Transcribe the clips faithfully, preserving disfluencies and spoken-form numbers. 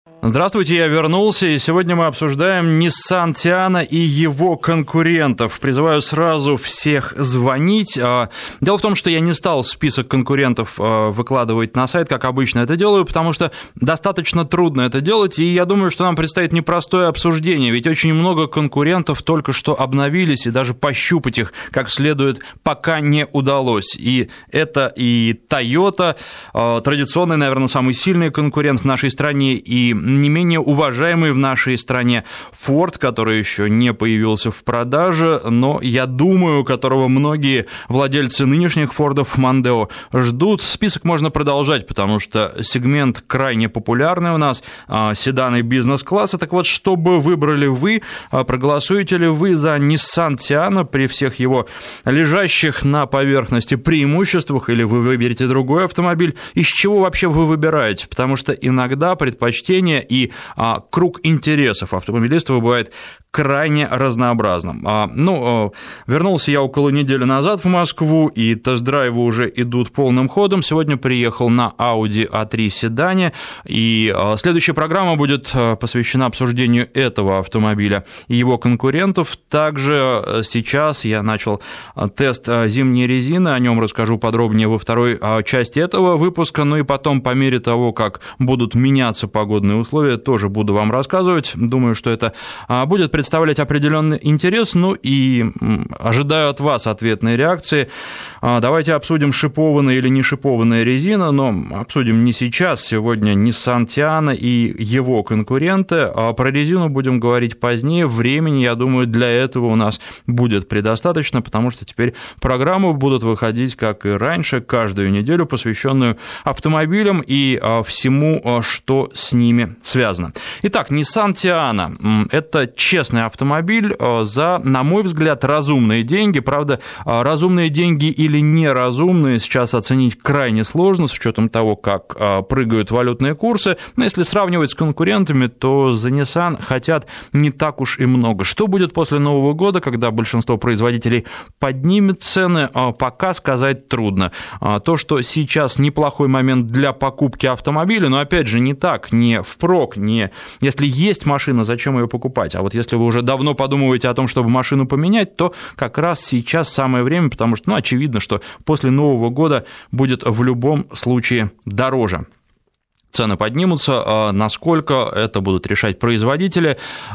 Здравствуйте, я вернулся, и сегодня мы обсуждаем Nissan Tiana и его конкурентов. Призываю сразу всех звонить. Дело в том, что я не стал список конкурентов выкладывать на сайт, как обычно это делаю, потому что достаточно трудно это делать, и я думаю, что нам предстоит непростое обсуждение, ведь очень много конкурентов только что обновились, и даже пощупать их как следует пока не удалось. И это и Toyota, традиционный, наверное, самый сильный конкурент в нашей стране, и не менее уважаемый в нашей стране Ford, который еще не появился в продаже, но, я думаю, которого многие владельцы нынешних Фордов Мондео ждут. Список можно продолжать, потому что сегмент крайне популярный у нас, седаны бизнес-класса. Так вот, что бы выбрали вы? Проголосуете ли вы за Nissan Tiana при всех его лежащих на поверхности преимуществах, или вы выберете другой автомобиль? Из чего вообще вы выбираете? Потому что иногда предпочтение и а, круг интересов автомобилистов бывает крайне разнообразным. А, ну, вернулся я около недели назад в Москву, и тест-драйвы уже идут полным ходом. Сегодня приехал на Audi а три седане, и а, следующая программа будет посвящена обсуждению этого автомобиля и его конкурентов. Также сейчас я начал тест зимней резины, о нем расскажу подробнее во второй части этого выпуска, ну и потом, по мере того, как будут меняться погодные условия, тоже буду вам рассказывать. Думаю, что это будет представлять определенный интерес, ну и ожидаю от вас ответной реакции. Давайте обсудим, шипованная или не шипованная резина, но обсудим не сейчас. Сегодня Nissan Tiana и его конкуренты. А про резину будем говорить позднее. Времени, я думаю, для этого у нас будет предостаточно, потому что теперь программы будут выходить, как и раньше, каждую неделю, посвященную автомобилям и всему, что с ними связано. Итак, Nissan Tiana – это честный автомобиль за, на мой взгляд, разумные деньги. Правда, разумные деньги или неразумные сейчас оценить крайне сложно, с учетом того, как прыгают валютные курсы. Но если сравнивать с конкурентами, то за Nissan хотят не так уж и много. Что будет после Нового года, когда большинство производителей поднимет цены, пока сказать трудно. То, что сейчас неплохой момент для покупки автомобиля, но опять же не так, не впрок, не если есть машина, зачем ее покупать? А вот если вы уже давно подумываете о том, чтобы машину поменять, то как раз сейчас самое время, потому что, ну, очевидно, что после Нового года будет в любом случае дороже. Цены поднимутся, насколько это будут решать производители.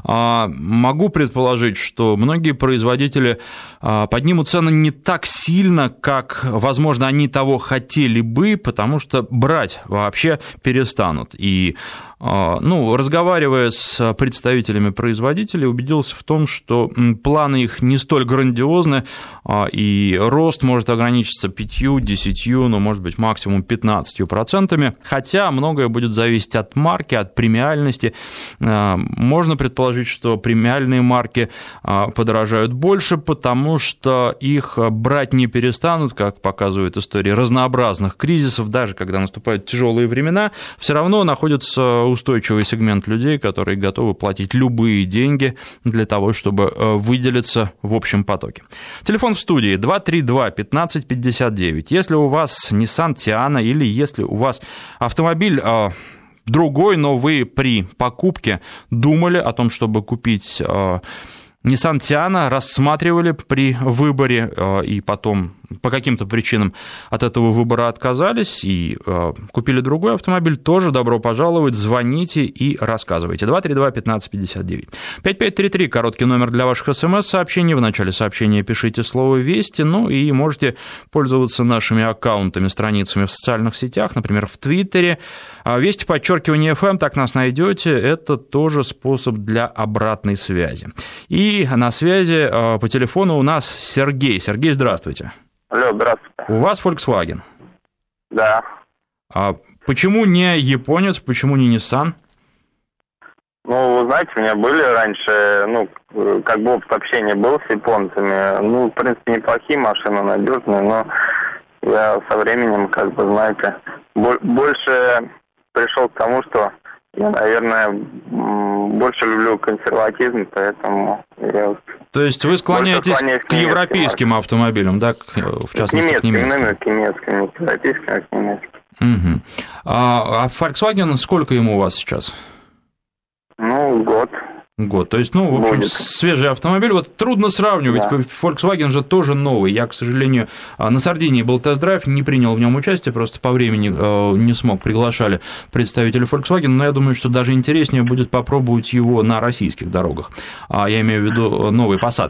Могу предположить, что многие производители поднимут цены не так сильно, как, возможно, они того хотели бы, потому что брать вообще перестанут. И, ну, разговаривая с представителями производителей, убедился в том, что планы их не столь грандиозны, и рост может ограничиться пятью, десятью, ну, может быть, максимум пятнадцатью процентами, хотя многое будет зависеть от марки, от премиальности. Можно предположить, что премиальные марки подорожают больше, потому что их брать не перестанут, как показывает история разнообразных кризисов, даже когда наступают тяжелые времена, все равно находится устойчивый сегмент людей, которые готовы платить любые деньги для того, чтобы выделиться в общем потоке. Телефон в студии два три два пятнадцать пятьдесят девять. Если у вас Nissan Tiana или если у вас автомобиль другой, но вы при покупке думали о том, чтобы купить Nissan Tiana, рассматривали при выборе и потом по каким-то причинам от этого выбора отказались и э, купили другой автомобиль, тоже добро пожаловать, звоните и рассказывайте. два три два пятнадцать пятьдесят девять. пять пять три три, короткий номер для ваших смс-сообщений. В начале сообщения пишите слово «Вести», ну и можете пользоваться нашими аккаунтами, страницами в социальных сетях, например, в Твиттере. Вести, подчеркивание эф эм, так нас найдете. Это тоже способ для обратной связи. И на связи э, по телефону у нас Сергей. Сергей, здравствуйте. Алло, здравствуйте. У вас Volkswagen? Да. А почему не японец, почему не Nissan? Ну, вы знаете, у меня были раньше, ну, как бы опыт общения был с японцами. Ну, в принципе, неплохие машины, надежные, но я со временем, как бы, знаете, больше пришел к тому, что я, наверное, больше люблю консерватизм, поэтому я... То есть вы склоняетесь к, к европейским автомобилям, да, к, в частности, к немецким? К немецким, не к европейским, а к немецким. Угу. А, а Volkswagen, сколько ему у вас сейчас? Ну, год. Год. То есть, ну, в общем, будет. Свежий автомобиль. Вот трудно сравнивать. Да. Volkswagen же тоже новый. Я, к сожалению, на Сардинии был тест-драйв, не принял в нем участие, просто по времени не смог. Приглашали представителей Volkswagen, но я думаю, что даже интереснее будет попробовать его на российских дорогах. Я имею в виду новый Passat.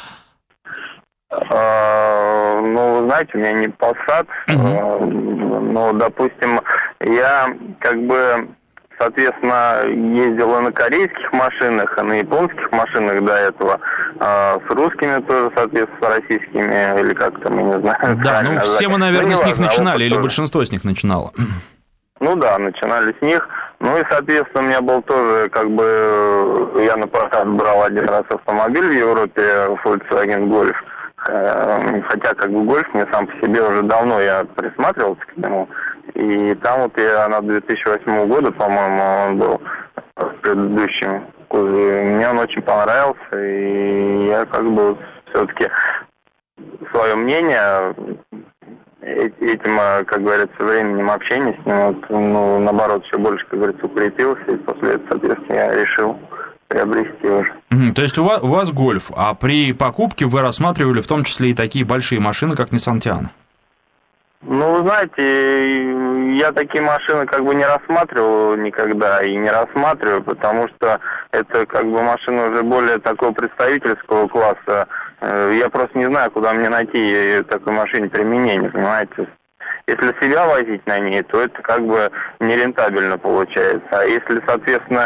А, ну, вы знаете, у меня не Passat, uh-huh. но, допустим, я как бы... Соответственно, ездил и на корейских машинах, и на японских машинах до этого, а с русскими тоже, соответственно, с российскими, или как там, я не знаю. Да, ну все мы, наверное, ну, с них начинали, или тоже. Большинство с них начинало. Ну да, начинали с них. Ну и, соответственно, у меня был тоже, как бы, я на прокат брал один раз автомобиль в Европе, Volkswagen Golf. Хотя, как бы, Golf мне сам по себе уже давно, я присматривался к нему. И там вот я на две тысячи восьмого года, по-моему, он был в предыдущем кузове. Мне он очень понравился, и я как бы все-таки свое мнение этим, как говорится, временем общения с ним, вот, ну, наоборот, еще больше, как говорится, укрепился, и после этого, соответственно, я решил приобрести уже. Mm-hmm. То есть у вас, у вас Гольф, а при покупке вы рассматривали в том числе и такие большие машины, как Nissan Tiana? Ну, вы знаете, я такие машины как бы не рассматривал никогда и не рассматриваю, потому что это как бы машина уже более такого представительского класса. Я просто не знаю, куда мне найти такой машине применение, понимаете. Если себя возить на ней, то это как бы нерентабельно получается. А если, соответственно,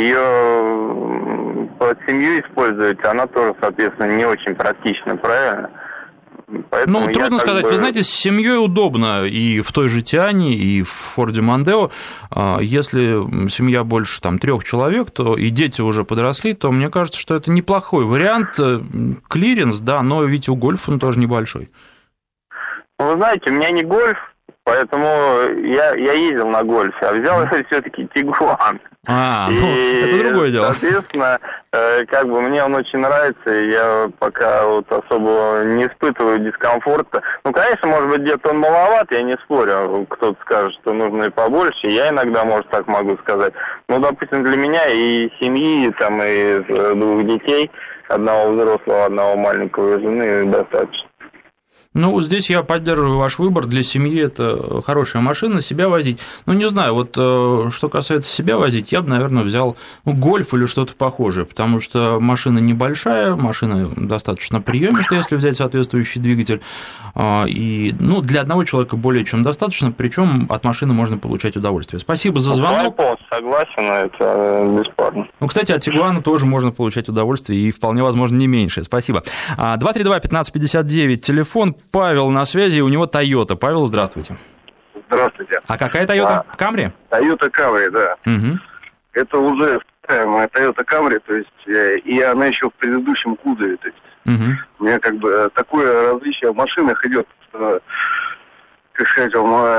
ее под семью использовать, она тоже, соответственно, не очень практична, правильно? Поэтому ну, трудно сказать. Бы... Вы знаете, с семьей удобно и в той же Тиане, и в Форде Мондео. Если семья больше там, трех человек, то и дети уже подросли, то мне кажется, что это неплохой вариант. Клиренс, да, но ведь у Гольфа он тоже небольшой. Вы знаете, у меня не Гольф, поэтому я, я ездил на Гольфе, а взял я все-таки Тигуан. А, ну, и, это другое дело. Соответственно, как бы мне он очень нравится, и я пока вот особо не испытываю дискомфорта. Ну, конечно, может быть, где-то он маловат, я не спорю. Кто-то скажет, что нужно и побольше, я иногда, может, так могу сказать. Ну, допустим, для меня и семьи, там, и двух детей, одного взрослого, одного маленького, и жены достаточно. Ну, здесь я поддерживаю ваш выбор. Для семьи это хорошая машина, себя возить. Ну, не знаю, вот что касается себя возить, я бы, наверное, взял ну, Гольф или что-то похожее, потому что машина небольшая, машина достаточно приемистая, если взять соответствующий двигатель. И, ну, для одного человека более чем достаточно, причем от машины можно получать удовольствие. Спасибо за звонок. Я согласен, это бесспорно. Ну, кстати, от Тигуана тоже можно получать удовольствие, и вполне возможно не меньше. Спасибо. два три два пятнадцать пятьдесят девять, телефон. Павел на связи, у него Toyota. Павел, здравствуйте. Здравствуйте. А какая Toyota? Camry? Toyota Camry, да. Угу. Это уже вторая моя Toyota Camry, то есть, и она еще в предыдущем кузове, то есть, угу. У меня как бы такое различие в машинах идет, что, как сказать,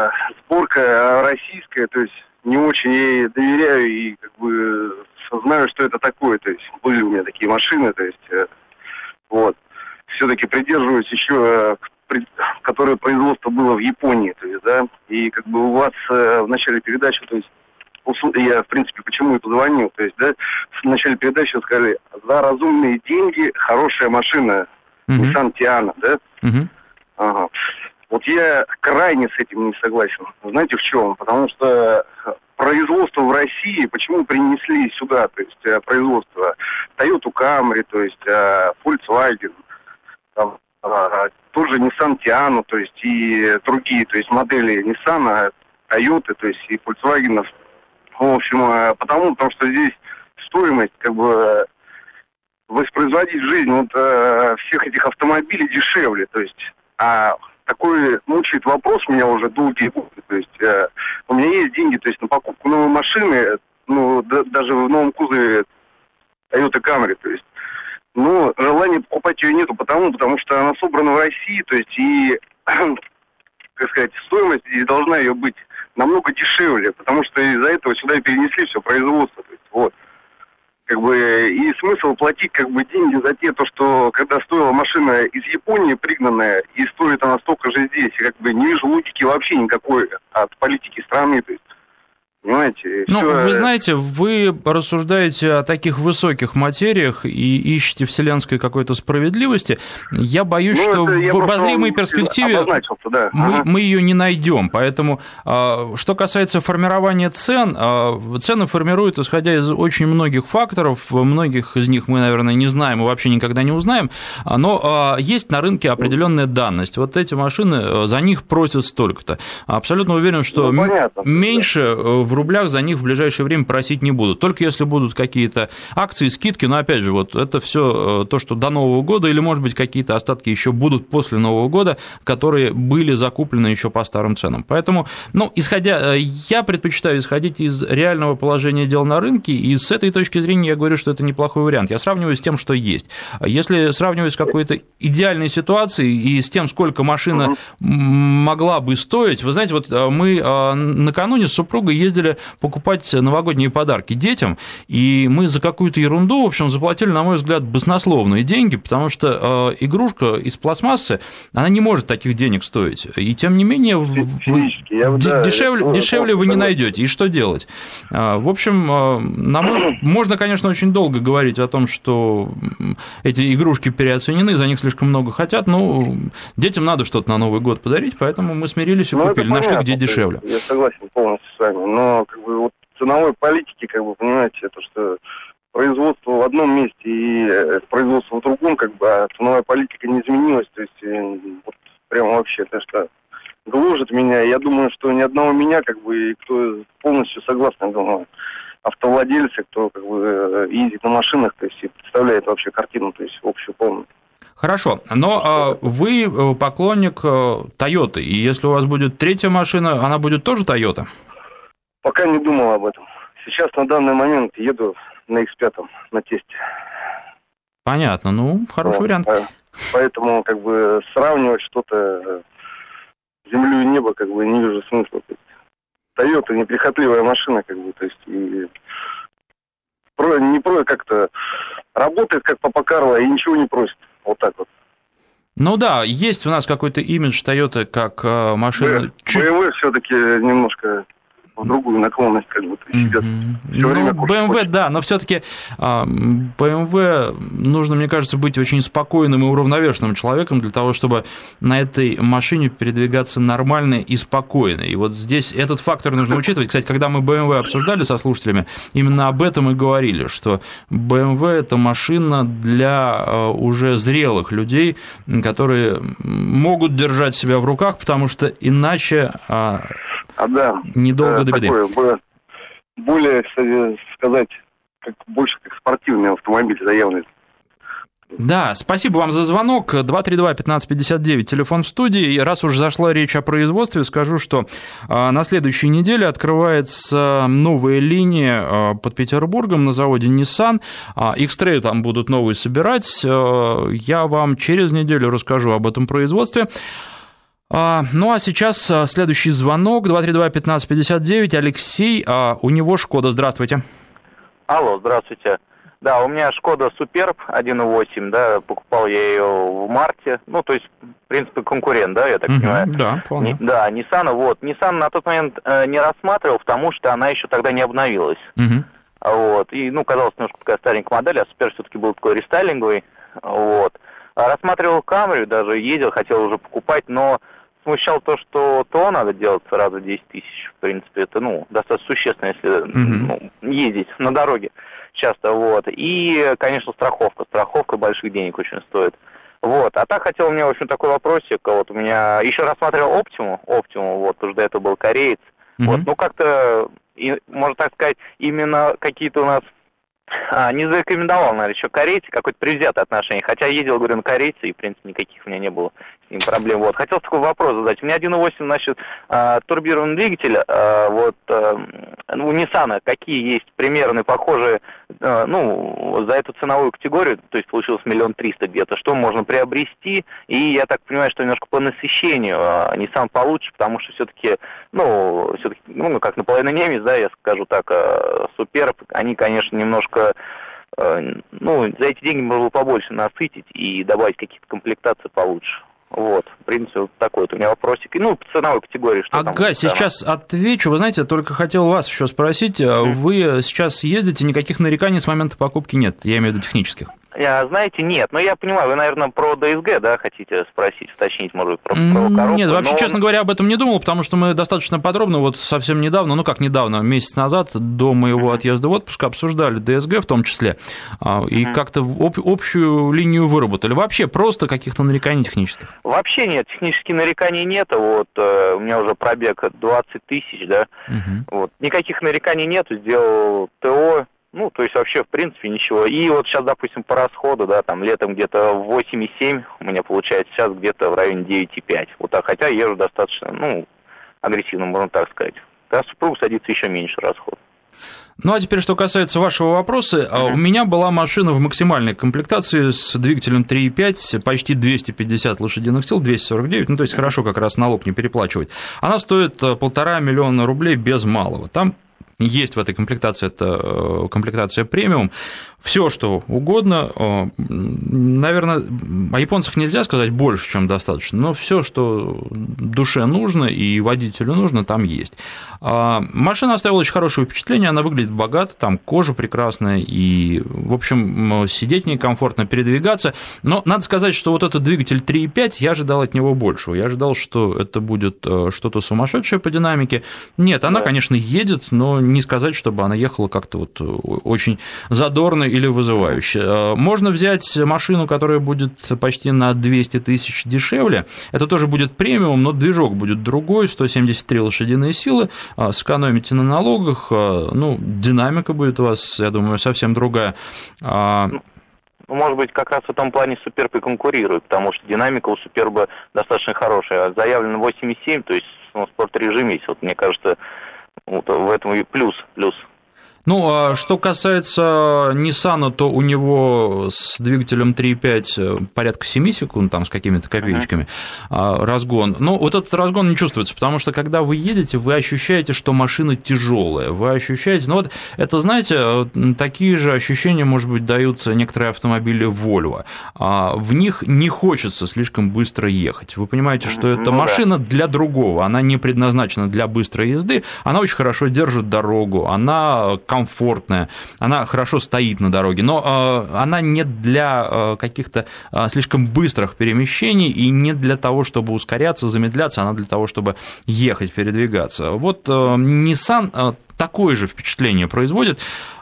сборка российская, то есть, не очень ей доверяю и как бы знаю, что это такое, то есть, были у меня такие машины, то есть, вот. Все-таки придерживаюсь еще, которое производство было в Японии, то есть, да, и как бы у вас э, в начале передачи, то есть, я, в принципе, почему и позвонил, то есть, да, в начале передачи сказали, за разумные деньги хорошая машина, uh-huh. Nissan Tiana, да, uh-huh. ага. Вот я крайне с этим не согласен, знаете в чем, потому что производство в России, почему принесли сюда, то есть, производство Toyota Camry, то есть, Volkswagen, там, а, тоже Nissan Tiana, то есть и другие, то есть модели Nissan, Toyota, то есть и Volkswagen. В общем, потому, потому что здесь стоимость, как бы, воспроизводить жизнь вот э, всех этих автомобилей дешевле, то есть, а такой мучает вопрос меня уже долгие годы, то есть э, у меня есть деньги, то есть на покупку новой машины, ну, да, даже в новом кузове Toyota Camry, то есть, но желания покупать ее нету, потому, потому что она собрана в России, то есть и, как сказать, стоимость здесь должна ее быть намного дешевле, потому что из-за этого сюда перенесли все производство, то есть, вот. Как бы, и смысл платить, как бы, деньги за те, то, что, когда стоила машина из Японии пригнанная, и стоит она столько же здесь, и, как бы, не вижу логики вообще никакой от политики страны, то есть, Понимаете? Ну, Всё... вы знаете, вы рассуждаете о таких высоких материях и ищете вселенской какой-то справедливости. Я боюсь, ну, что в обозримой перспективе да. мы, ага. мы ее не найдем. Поэтому, что касается формирования цен, цены формируют, исходя из очень многих факторов. Многих из них мы, наверное, не знаем и вообще никогда не узнаем. Но есть на рынке определенная данность. Вот эти машины, за них просят столько-то. Абсолютно уверен, что ну, понятно, меньше да. в рублях за них в ближайшее время просить не будут. Только если будут какие-то акции, скидки, но опять же, вот это все то, что до Нового года, или, может быть, какие-то остатки еще будут после Нового года, которые были закуплены еще по старым ценам. Поэтому, ну, исходя, я предпочитаю исходить из реального положения дел на рынке, и с этой точки зрения я говорю, что это неплохой вариант. Я сравниваю с тем, что есть. Если сравнивать с какой-то идеальной ситуацией и с тем, сколько машина угу. могла бы стоить, вы знаете, вот мы накануне с супругой ездили покупать новогодние подарки детям, и мы за какую-то ерунду, в общем, заплатили, на мой взгляд, баснословные деньги, потому что игрушка из пластмассы, она не может таких денег стоить, и тем не менее вы, я, да, дешевле, я, дешевле вы не найдете, и что делать? В общем, нам, можно, конечно, очень долго говорить о том, что эти игрушки переоценены, за них слишком много хотят, но детям надо что-то на Новый год подарить, поэтому мы смирились и ну, купили, нашли, где дешевле. Я согласен полностью с вами, но как бы вот ценовой политики, как бы, понимаете, это что производство в одном месте и производство в другом, как бы, а ценовая политика не изменилась, то есть вот прям вообще, это что гложет меня. Я думаю, что ни одного меня, как бы, кто полностью согласен, думаю, автовладельцы, кто как бы ездит на машинах, то есть и представляет вообще картину, то есть общую полную. Хорошо, но вы поклонник Toyota, и если у вас будет третья машина, она будет тоже Toyota? Пока не думал об этом. Сейчас на данный момент еду на икс пять, на тесте. Понятно, ну, хороший вот, вариант. Поэтому, как бы, сравнивать что-то землю и небо, как бы, не вижу смысла. Toyota неприхотливая машина, как бы, то есть, и про, не про как-то работает как Папа Карло и ничего не просит. Вот так вот. Ну да, есть у нас какой-то имидж Toyota как машина. бэ эм вэ все-таки немножко в другую наклонность, как бы, сидят. Mm-hmm. Ну, бэ эм вэ, да, но все-таки бэ эм вэ нужно, мне кажется, быть очень спокойным и уравновешенным человеком для того, чтобы на этой машине передвигаться нормально и спокойно. И вот здесь этот фактор нужно учитывать. Кстати, когда мы бэ эм вэ обсуждали со слушателями, именно об этом и говорили, что бэ эм вэ – это машина для уже зрелых людей, которые могут держать себя в руках, потому что иначе а, да, недолго до беды. Такое, более, кстати, сказать, как, больше как спортивный автомобиль заявленный. Да, спасибо вам за звонок. два три два пятнадцать пятьдесят девять, телефон в студии. И раз уж зашла речь о производстве, скажу, что на следующей неделе открывается новая линия под Петербургом на заводе Nissan. X-Trail там будут новые собирать. Я вам через неделю расскажу об этом производстве. Ну, а сейчас следующий звонок, два три два пятнадцать пятьдесят девять, Алексей, у него Шкода, здравствуйте. Алло, здравствуйте. Да, у меня Шкода Суперб один и восемь, да, покупал я ее в марте, ну, то есть, в принципе, конкурент, да, я так uh-huh, понимаю. Да, вполне. Не, да, Nissan, вот, Nissan на тот момент э, не рассматривал, потому что она еще тогда не обновилась. Uh-huh. Вот, и, ну, казалось, немножко такая старенькая модель, а Супер все-таки был такой рестайлинговый, вот. Рассматривал Камри, даже ездил, хотел уже покупать, но смущал то, что ТО надо делать сразу десять тысяч, в принципе, это, ну, достаточно существенно, если mm-hmm. ну, ездить на дороге часто, вот. И, конечно, страховка. Страховка больших денег очень стоит. Вот. А так хотел у меня, в общем, такой вопросик. Вот у меня еще рассматривал Оптиму, Оптиму, вот, потому что до этого был кореец. Mm-hmm. Вот, ну, как-то, и, можно так сказать, именно какие-то у нас А, не зарекомендовал, наверное, еще корейцы, какое-то предвзятое отношение. Хотя ездил, говорю, на корейцы, и, в принципе, никаких у меня не было с ним проблем. Вот. Хотел такой вопрос задать. У меня один и восемь, значит, турбированный двигатель. Вот у Nissan какие есть примерные похожие, ну, за эту ценовую категорию, то есть получилось миллион триста где-то, что можно приобрести. И я так понимаю, что немножко по насыщению Nissan получше, потому что все-таки, ну, все-таки, ну, как наполовину немец, да, я скажу так, Суперб, они, конечно, немножко, ну, за эти деньги можно было побольше насытить и добавить какие-то комплектации получше. Вот, в принципе, вот такой вот у меня вопросик. И, ну, по ценовой категории, что ага, там. Сейчас там отвечу. Вы знаете, я только хотел вас еще спросить. Mm-hmm. Вы сейчас ездите, никаких нареканий с момента покупки нет, я имею в виду технических? Я, знаете, нет. Но я понимаю, вы, наверное, про ди эс джи, да, хотите спросить, уточнить, может быть, про, про коробку? Нет, вообще, но... честно говоря, об этом не думал, потому что мы достаточно подробно, вот совсем недавно, ну как недавно, месяц назад, до моего отъезда в отпуск, обсуждали ди эс джи в том числе, и mm-hmm. как-то об, общую линию выработали. Вообще просто каких-то нареканий технических? Вообще нет, технических нареканий нет. Вот э, у меня уже пробег двадцать тысяч, да. Mm-hmm. Вот, никаких нареканий нет, сделал ТО. Ну, то есть вообще, в принципе, ничего. И вот сейчас, допустим, по расходу, да, там летом где-то восемь и семь у меня получается, сейчас где-то в районе девять и пять. Вот так, хотя езжу достаточно, ну, агрессивно, можно так сказать. Когда супруг садится, еще меньше расход. Ну, а теперь, что касается вашего вопроса, mm-hmm. у меня была машина в максимальной комплектации с двигателем три и пять, почти двести пятьдесят лошадиных сил, двести сорок девять, ну, то есть mm-hmm. хорошо как раз налог не переплачивать. Она стоит полтора миллиона рублей без малого. Там есть в этой комплектации, это комплектация премиум, все что угодно, наверное, о японцах нельзя сказать больше, чем достаточно, но все, что душе нужно и водителю нужно, там есть. Машина оставила очень хорошее впечатление, она выглядит богато, там кожа прекрасная, и, в общем, сидеть в ней комфортно, передвигаться, но надо сказать, что вот этот двигатель три и пять, я ожидал от него большего, я ожидал, что это будет что-то сумасшедшее по динамике. Нет, она, конечно, едет, но не сказать, чтобы она ехала как-то вот очень задорно или вызывающе. Можно взять машину, которая будет почти на двести тысяч дешевле, это тоже будет премиум, но движок будет другой, сто семьдесят три лошадиные силы, сэкономите на налогах, ну, динамика будет у вас, я думаю, совсем другая. Ну, может быть, как раз в этом плане Суперб и конкурирует, потому что динамика у Суперба достаточно хорошая, заявлено восемь и семь, то есть в спорт-режиме есть, вот мне кажется, вот в этом и плюс, плюс. Ну, а что касается Nissan, то у него с двигателем три и пять порядка семь секунд, там, с какими-то копеечками, uh-huh. разгон. Но вот этот разгон не чувствуется, потому что, когда вы едете, вы ощущаете, что машина тяжелая. Вы ощущаете, ну вот, это, знаете, такие же ощущения, может быть, дают некоторые автомобили Volvo. В них не хочется слишком быстро ехать. Вы понимаете, что это ну, машина да. для другого, она не предназначена для быстрой езды, она очень хорошо держит дорогу, она комфортная, она хорошо стоит на дороге, но э, она не для э, каких-то э, слишком быстрых перемещений и не для того, чтобы ускоряться, замедляться, она для того, чтобы ехать, передвигаться. Вот э, Nissan э, такое же впечатление производит,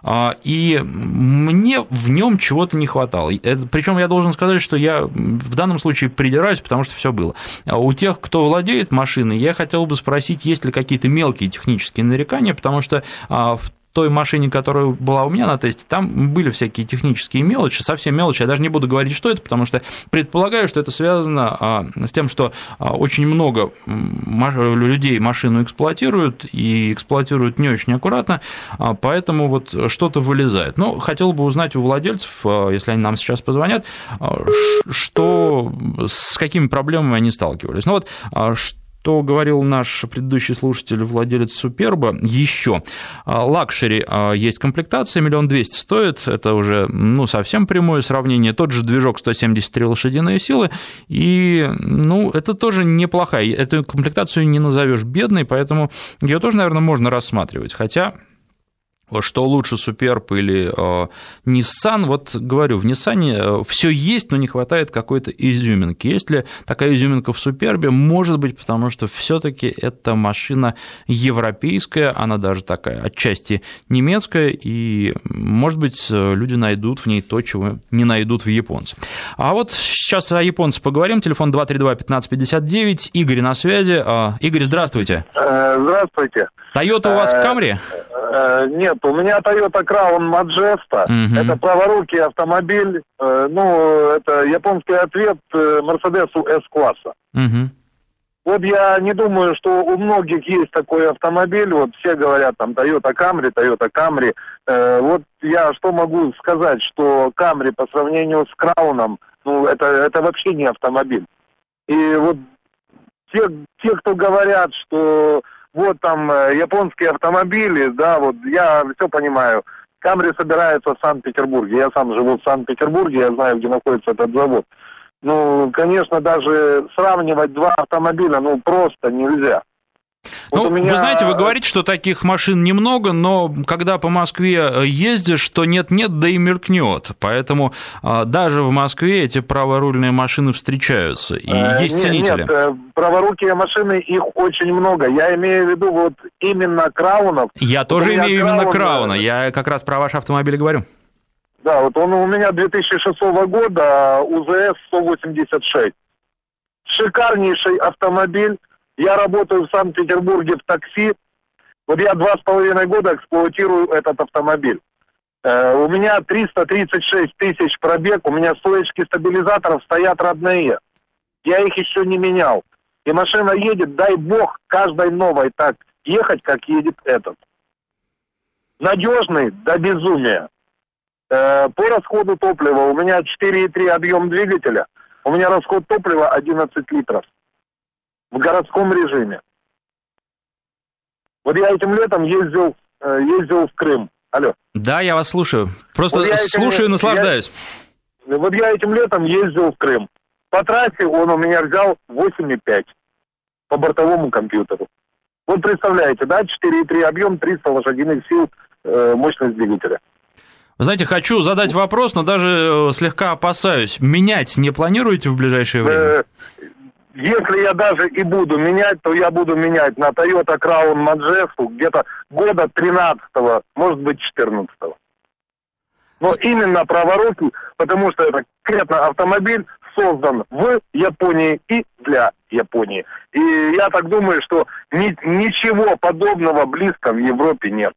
и мне в нем чего-то не хватало. Причем я должен сказать, что я в данном случае придираюсь, потому что все было. У тех, кто владеет машиной, я хотел бы спросить, есть ли какие-то мелкие технические нарекания, потому что в той машине, которая была у меня на тесте, там были всякие технические мелочи, совсем мелочи, я даже не буду говорить, что это, потому что предполагаю, что это связано с тем, что очень много людей машину эксплуатируют, и эксплуатируют не очень аккуратно, поэтому вот что-то вылезает. Но хотел бы узнать у владельцев, если они нам сейчас позвонят, что, с какими проблемами они сталкивались. Ну вот, что что говорил наш предыдущий слушатель, владелец Суперба, еще лакшери есть комплектация, миллион двести стоит, это уже ну, совсем прямое сравнение, тот же движок сто семьдесят три лошадиные силы, и ну, это тоже неплохая, эту комплектацию не назовешь бедной, поэтому ее тоже, наверное, можно рассматривать, хотя... Что лучше, Суперб или э, Nissan, вот говорю, в Nissan все есть, но не хватает какой-то изюминки. Есть ли такая изюминка в Супербе? Может быть, потому что все-таки это машина европейская, она даже такая отчасти немецкая, и, может быть, люди найдут в ней то, чего не найдут в японце. А вот сейчас о японце поговорим. Телефон два три два пятнадцать пятьдесят девять. Игорь на связи. Игорь, здравствуйте. Здравствуйте. Toyota у вас Camry? Нет, у меня Toyota Crown Majesta. Uh-huh. Это праворукий автомобиль. Ну, это японский ответ Мерседесу С-класса. Uh-huh. Вот я не думаю, что у многих есть такой автомобиль. Вот все говорят там Toyota Camry, Toyota Camry. Вот я что могу сказать, что Camry по сравнению с Crown'ом, ну, это, это вообще не автомобиль. И вот те, те, кто говорят, что вот там японские автомобили, да, вот я все понимаю. Камри собирается в Санкт-Петербурге. Я сам живу в Санкт-Петербурге, я знаю, где находится этот завод. Ну, конечно, даже сравнивать два автомобиля, ну, просто нельзя. Ну, вот меня... вы знаете, вы говорите, что таких машин немного, но когда по Москве ездишь, то нет-нет, да и мелькнет. Поэтому а, даже в Москве эти праворульные машины встречаются, и э, есть нет, ценители. Нет, праворукие машины, их очень много. Я имею в виду вот именно краунов. Я вот тоже имею краун... именно крауна, я как раз про ваш автомобиль говорю. Да, вот он у меня две тысячи шестого года, УЗС сто восемьдесят шесть. Шикарнейший автомобиль. Я работаю в Санкт-Петербурге в такси. Вот я два с половиной года эксплуатирую этот автомобиль. Э, у меня триста тридцать шесть тысяч пробег, у меня стоечки стабилизаторов стоят родные. Я их еще не менял. И машина едет, дай бог, каждой новой так ехать, как едет этот. Надежный до безумия. Э, по расходу топлива у меня четыре и три объем двигателя. У меня расход топлива одиннадцать литров. В городском режиме. Вот я этим летом ездил, ездил в Крым. Алло. Да, я вас слушаю. Просто вот слушаю и наслаждаюсь. Я, вот я этим летом ездил в Крым. По трассе он у меня взял восемь и пять по бортовому компьютеру. Вот представляете, да, четыре и три объем, триста лошадиных сил, э, мощность двигателя. Вы знаете, хочу задать вопрос, но даже слегка опасаюсь. Менять не планируете в ближайшее время? Если я даже и буду менять, то я буду менять на Toyota Crown Majestic где-то года тринадцатого, может быть, четырнадцатого. Но именно праворуки, потому что это конкретно автомобиль создан в Японии и для Японии. И я так думаю, что ни, ничего подобного близко в Европе нет.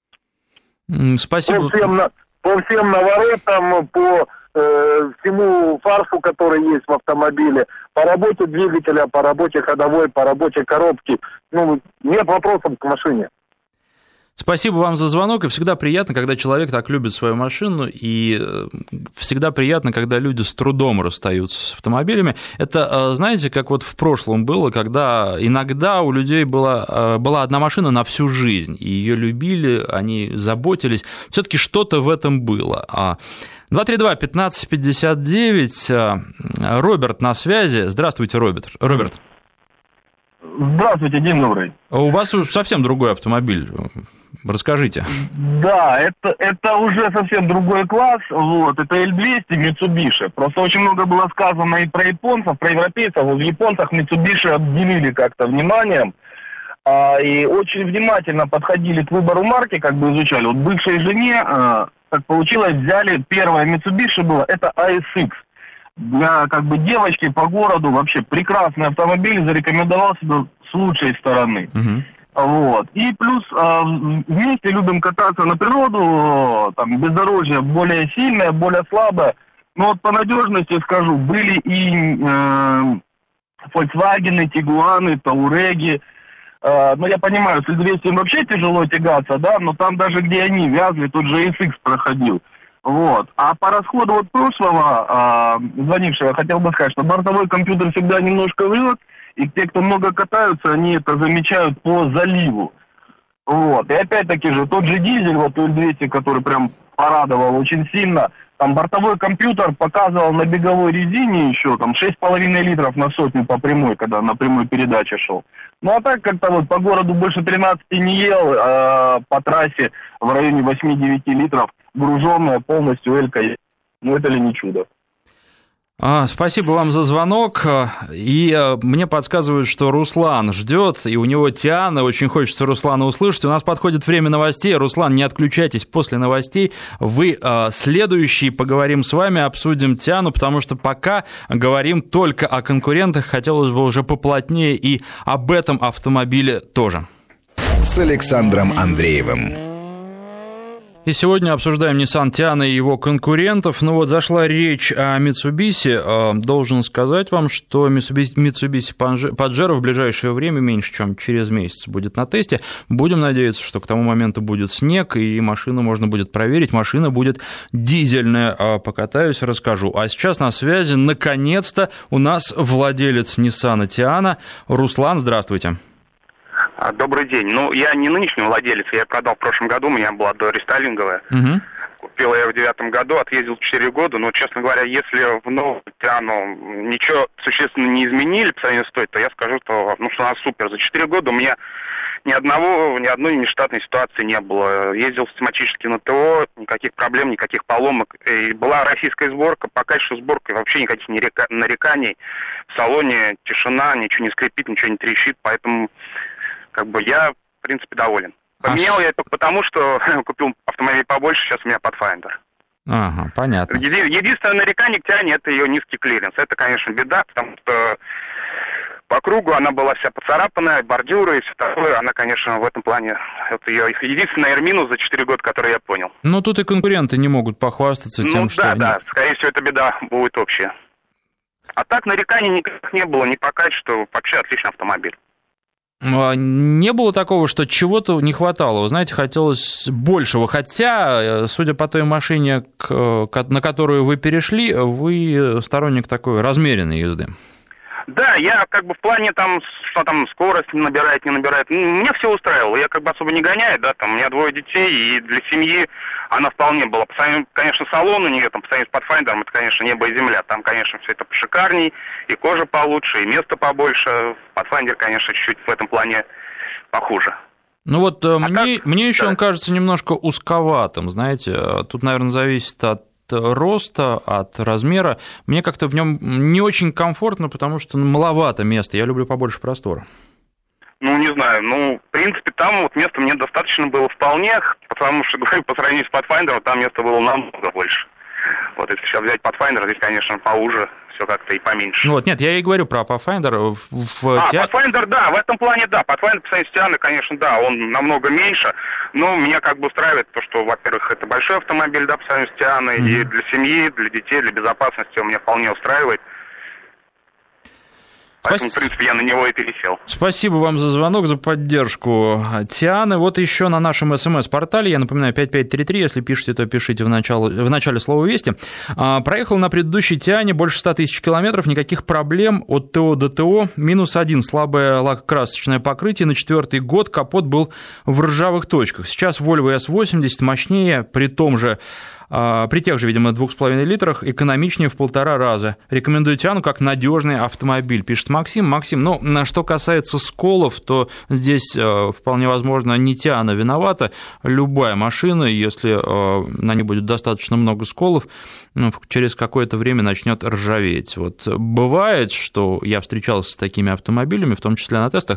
Спасибо. По всем, по всем наворотам, по э, всему фарсу, который есть в автомобиле, по работе двигателя, по работе ходовой, по работе коробки. Ну, нет вопросов к машине. Спасибо вам за звонок, и всегда приятно, когда человек так любит свою машину, и всегда приятно, когда люди с трудом расстаются с автомобилями. Это, знаете, как вот в прошлом было, когда иногда у людей была, была одна машина на всю жизнь, и ее любили, они заботились, все-таки что-то в этом было. два три два пятнадцать пятьдесят девять, Роберт на связи. Здравствуйте, Роберт. Роберт. Здравствуйте, день добрый. У вас совсем другой автомобиль. Расскажите. Да, это, это уже совсем другой класс. Вот, это эль двести Mitsubishi. Просто очень много было сказано и про японцев, про европейцев. В японцах Mitsubishi обделили как-то вниманием. А, и очень внимательно подходили к выбору марки, как бы изучали. Вот бывшей жене, а, так получилось, взяли первое Mitsubishi было, это эй эс икс. Для как бы девочки по городу вообще прекрасный автомобиль, зарекомендовал себя с лучшей стороны. Uh-huh. Вот. И плюс э, вместе любим кататься на природу, там бездорожье более сильное, более слабое. Но вот по надежности скажу, были и э, Volkswagen, Tiguan, Touareg. Э, но я понимаю, с эль двести вообще тяжело тягаться, да, но там даже где они вязли, тот же эй эс икс проходил. Вот. А по расходу вот прошлого э, звонившего хотел бы сказать, что бортовой компьютер всегда немножко врет, и те, кто много катаются, они это замечают по заливу. Вот. И опять-таки же тот же дизель, вот эль двести, который прям порадовал очень сильно, там бортовой компьютер показывал на беговой резине еще там шесть с половиной литров на сотню по прямой, когда на прямой передаче шел. Ну а так как-то вот по городу больше тринадцати не ел, а по трассе в районе восемь-девять литров, груженная полностью элька. Ну это ли не чудо? Спасибо вам за звонок. И мне подсказывают, что Руслан ждет, и у него Тиана. Очень хочется Руслана услышать. У нас подходит время новостей. Руслан, не отключайтесь после новостей. Вы следующий, поговорим с вами, обсудим Тиану, потому что пока говорим только о конкурентах. Хотелось бы уже поплотнее и об этом автомобиле тоже. С Александром Андреевым. И сегодня обсуждаем Nissan Tiana и его конкурентов. Ну вот зашла речь о Mitsubishi. Должен сказать вам, что Mitsubishi Pajero в ближайшее время, меньше чем через месяц, будет на тесте. Будем надеяться, что к тому моменту будет снег, и машину можно будет проверить. Машина будет дизельная. Покатаюсь, расскажу. А сейчас на связи, наконец-то, у нас владелец Nissan Tiana. Руслан, здравствуйте. Добрый день. Ну, я не нынешний владелец, я продал в прошлом году, у меня была дорестайлинговая. Угу. купил я в девятом году, отъездил четыре года, но, честно говоря, если в новую Тиану ничего существенно не изменили по сравнению с той, то я скажу, что, ну, что она супер. За четыре года у меня ни одного, ни одной нештатной ситуации не было. Ездил систематически на ТО, никаких проблем, никаких поломок. И была российская сборка, по качеству сборки вообще никаких нареканий. В салоне тишина, ничего не скрипит, ничего не трещит, поэтому как бы я, в принципе, доволен. Поменял а я это потому, что купил автомобиль побольше, сейчас у меня Pathfinder. Ага, понятно. Еди- единственное нарекание к Тиане — это ее низкий клиренс. Это, конечно, беда, потому что по кругу она была вся поцарапанная, бордюры и все такое. Она, конечно, в этом плане, это ее единственный, наверное, минус за четыре года, который я понял. Но тут и конкуренты не могут похвастаться тем, ну, что... да, они... да, скорее всего, эта беда будет общая. А так нареканий никаких не было, ни по качеству, вообще отличный автомобиль. Не было такого, что чего-то не хватало, вы знаете, хотелось большего, хотя, судя по той машине, на которую вы перешли, вы сторонник такой размеренной езды. Да, я как бы в плане там, что там скорость не набирает, не набирает, меня все устраивало, я как бы особо не гоняю, да, там у меня двое детей, и для семьи она вполне была. По сравнению, конечно, салон у нее, там, по сравнению с Pathfinder, это, конечно, небо и земля, там, конечно, все это пошикарней, и кожа получше, и место побольше. Pathfinder, конечно, чуть-чуть в этом плане похуже. Ну вот а мне, как? мне еще да. он кажется немножко узковатым, знаете, тут, наверное, зависит от роста, от размера. Мне как-то в нем не очень комфортно, потому что ну, маловато места. Я люблю побольше простора. Ну, не знаю. Ну, в принципе, там вот места мне достаточно было вполне, потому что, говорю, по сравнению с Pathfinder, там места было намного больше. Вот если сейчас взять Pathfinder, здесь, конечно, поуже, все как-то и поменьше. Ну вот, нет, я и говорю про Pathfinder. В... А, Те... Pathfinder, да, в этом плане, да. Pathfinder, по сравнению с Тианой, конечно, да, он намного меньше, но меня как бы устраивает то, что, во-первых, это большой автомобиль, да, по сравнению с Тианой, mm-hmm. и для семьи, для детей, для безопасности он меня вполне устраивает. Поэтому, в принципе, я на него и пересел. Спасибо вам за звонок, за поддержку Тианы. Вот еще на нашем СМС-портале, я напоминаю, пять пять три три, если пишете, то пишите в начале, в начале слова «Вести». Проехал на предыдущей Тиане больше ста тысяч километров, никаких проблем от ТО до ТО. Минус один, слабое лакокрасочное покрытие. На четвертый год капот был в ржавых точках. Сейчас Volvo эс восемьдесят мощнее, при том же при тех же, видимо, двух с половиной литрах, экономичнее в полтора раза. Рекомендую Тиану как надежный автомобиль, пишет Максим. Максим, ну, что касается сколов, то здесь вполне возможно не Тиана виновата. Любая машина, если на ней будет достаточно много сколов, через какое-то время начнет ржаветь. Вот бывает, что я встречался с такими автомобилями, в том числе на тестах,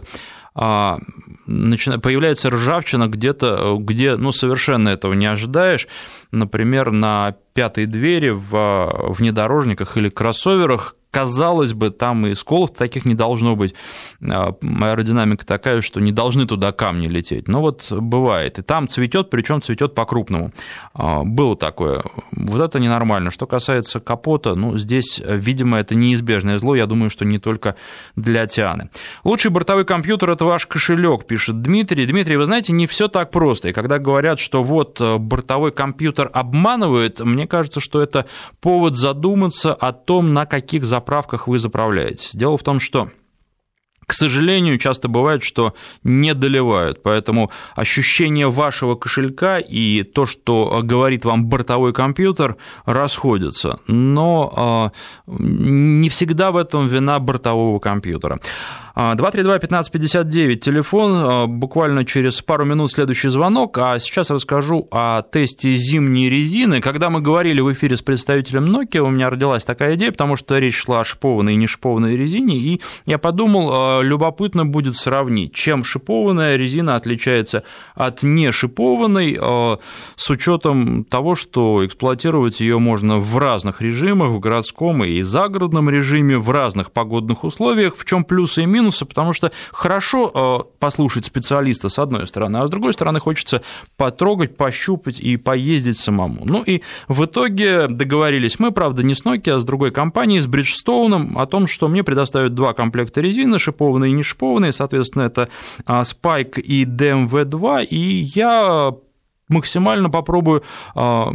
появляется ржавчина где-то, где ну, совершенно этого не ожидаешь, например, на пятой двери в внедорожниках или кроссоверах. Казалось бы, там и сколов таких не должно быть, аэродинамика такая, что не должны туда камни лететь, но вот бывает, и там цветет, причем цветет по-крупному, было такое, вот это ненормально. Что касается капота, ну, здесь, видимо, это неизбежное зло, я думаю, что не только для Тианы. Лучший бортовой компьютер – это ваш кошелек, пишет Дмитрий. Дмитрий, вы знаете, не все так просто, и когда говорят, что вот бортовой компьютер обманывает, мне кажется, что это повод задуматься о том, на каких заправках заправках вы заправляетесь. Дело в том, что, к сожалению, часто бывает, что не доливают, поэтому ощущение вашего кошелька и то, что говорит вам бортовой компьютер, расходятся, но не всегда в этом вина бортового компьютера. два три два пятнадцать пятьдесят девять, телефон, буквально через пару минут следующий звонок, а сейчас расскажу о тесте зимней резины. Когда мы говорили в эфире с представителем Nokia, у меня родилась такая идея, потому что речь шла о шипованной и не шипованной резине, и я подумал, любопытно будет сравнить, чем шипованная резина отличается от не шипованной, с учетом того, что эксплуатировать ее можно в разных режимах, в городском и загородном режиме, в разных погодных условиях, в чем плюсы и минусы, потому что хорошо послушать специалиста с одной стороны, а с другой стороны хочется потрогать, пощупать и поездить самому. Ну и в итоге договорились мы, правда, не с Nokia, а с другой компанией, с Bridgestone, о том, что мне предоставят два комплекта резины, шипованные и не шипованные, соответственно, это Spike и ди эм ви два, и я максимально попробую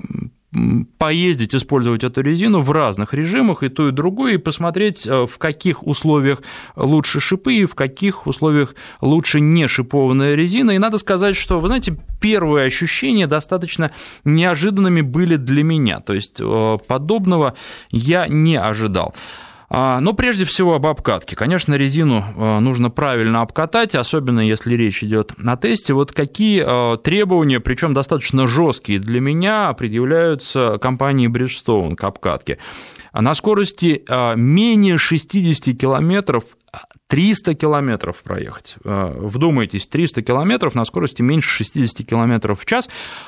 поездить, использовать эту резину в разных режимах, и ту, и другую, и посмотреть, в каких условиях лучше шипы, и в каких условиях лучше не шипованная резина. И надо сказать, что, вы знаете, первые ощущения достаточно неожиданными были для меня, то есть подобного я не ожидал. Но прежде всего об обкатке. Конечно, резину нужно правильно обкатать, особенно если речь идет о тесте. Вот какие требования, причем достаточно жесткие для меня, предъявляются компании Bridgestone к обкатке. На скорости менее шестьдесят километров триста километров проехать. Вдумайтесь, триста километров на скорости меньше шестьдесят километров в час.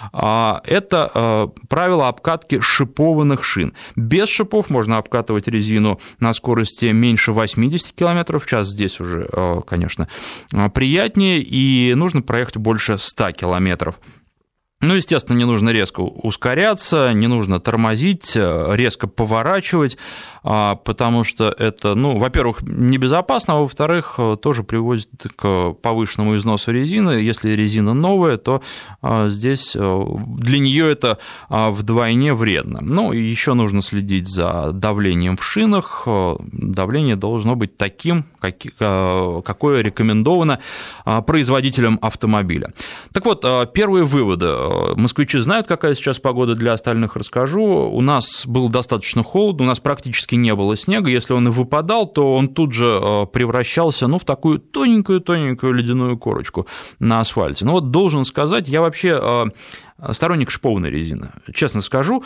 Это правило обкатки шипованных шин. Без шипов можно обкатывать резину на скорости меньше восемьдесят километров в час. Здесь уже, конечно, приятнее, и нужно проехать больше ста километров. Ну, естественно, не нужно резко ускоряться, не нужно тормозить, резко поворачивать, потому что это, ну, во-первых, небезопасно, а во-вторых, тоже приводит к повышенному износу резины. Если резина новая, то здесь для нее это вдвойне вредно. Ну, и еще нужно следить за давлением в шинах. Давление должно быть таким, какое рекомендовано производителям автомобиля. Так вот, первые выводы. Москвичи знают, какая сейчас погода, для остальных расскажу. У нас было достаточно холодно, у нас практически не было снега. Если он и выпадал, то он тут же превращался, ну, в такую тоненькую-тоненькую ледяную корочку на асфальте. Ну вот должен сказать, я вообще сторонник шипованной резины, честно скажу,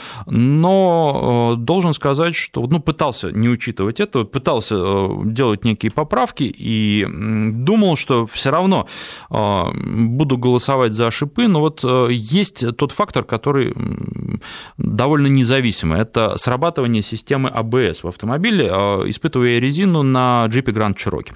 но должен сказать, что, ну, пытался не учитывать это, пытался делать некие поправки и думал, что все равно буду голосовать за шипы, но вот есть тот фактор, который довольно независимый, это срабатывание системы а бэ эс в автомобиле, испытывая резину на джипе Grand Cherokee.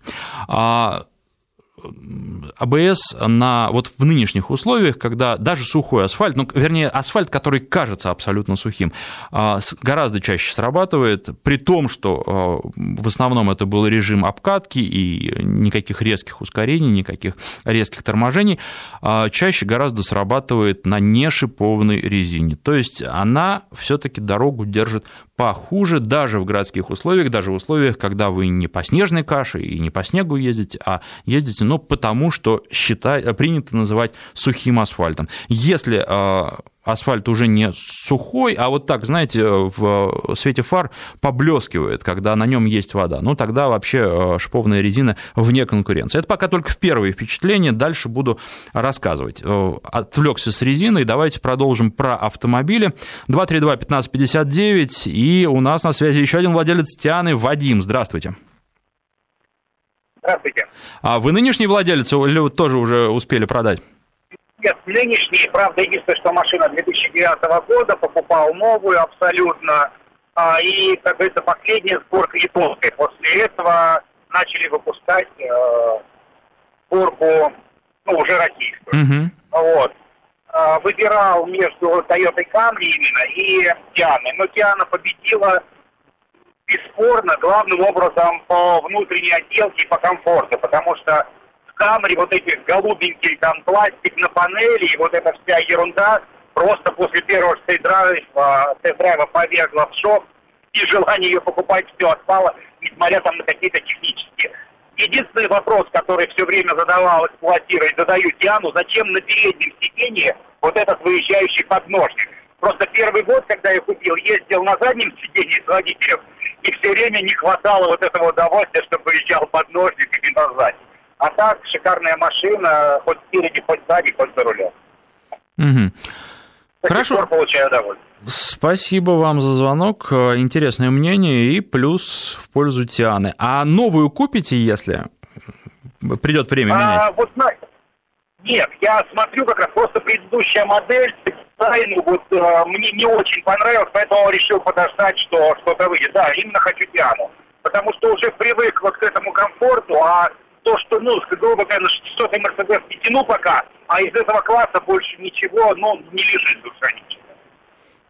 а бэ эс на, вот в нынешних условиях, когда даже сухой асфальт, ну, вернее, асфальт, который кажется абсолютно сухим, гораздо чаще срабатывает, при том, что в основном это был режим обкатки и никаких резких ускорений, никаких резких торможений, чаще гораздо срабатывает на нешипованной резине. То есть она все-таки дорогу держит похуже даже в городских условиях, даже в условиях, когда вы не по снежной каше и не по снегу ездите, а ездите, ну, потому что считай, принято называть сухим асфальтом. Если асфальт уже не сухой, а вот так, знаете, в свете фар поблескивает, когда на нем есть вода, ну, тогда вообще шипованная резина вне конкуренции. Это пока только в первые впечатления, дальше буду рассказывать. Отвлекся с резиной, давайте продолжим про автомобили. два три два пятнадцать пятьдесят девять, и у нас на связи еще один владелец Тианы, Вадим, здравствуйте. Здравствуйте. А вы нынешний владелец или вы тоже уже успели продать? Нет, нынешний, правда, единственное, что машина две тысячи девятого года, покупал новую абсолютно, а, и, как говорится, последняя сборка японской. После этого начали выпускать э, сборку, ну, уже российскую. Mm-hmm. Вот. А, выбирал между Toyota Camry именно и Тианой, но Тиана победила бесспорно, главным образом по внутренней отделке и по комфорту, потому что Камри, вот эти голубенькие там пластик на панели и вот эта вся ерунда просто после первого тест-драйва, тест-драйва повергла в шок, и желание ее покупать все отпало, несмотря там на какие-то технические. Единственный вопрос, который все время задавал, эксплуатируя и задаю Тиану, зачем на переднем сиденье вот этот выезжающий подножник? Просто первый год, когда я купил, ездил на заднем сиденье с водителем, и все время не хватало вот этого удовольствия, чтобы выезжал подножник именно сзади. А так, шикарная машина, хоть спереди, хоть сзади, хоть за рулем. Угу. Хорошо. Получаю удовольствие. Спасибо вам за звонок. Интересное мнение и плюс в пользу Тианы. А новую купите, если придет время менять? А, вот, нет, я смотрю как раз просто предыдущая модель, дизайн, вот, а, мне не очень понравилось, поэтому решил подождать, что что-то выйдет. Да, именно хочу Тиану. Потому что уже привык вот к этому комфорту, а то, что, ну, грубо говоря, на шестисотый Мерседес не тяну пока, а из этого класса больше ничего, ну, не лежит душа ничего.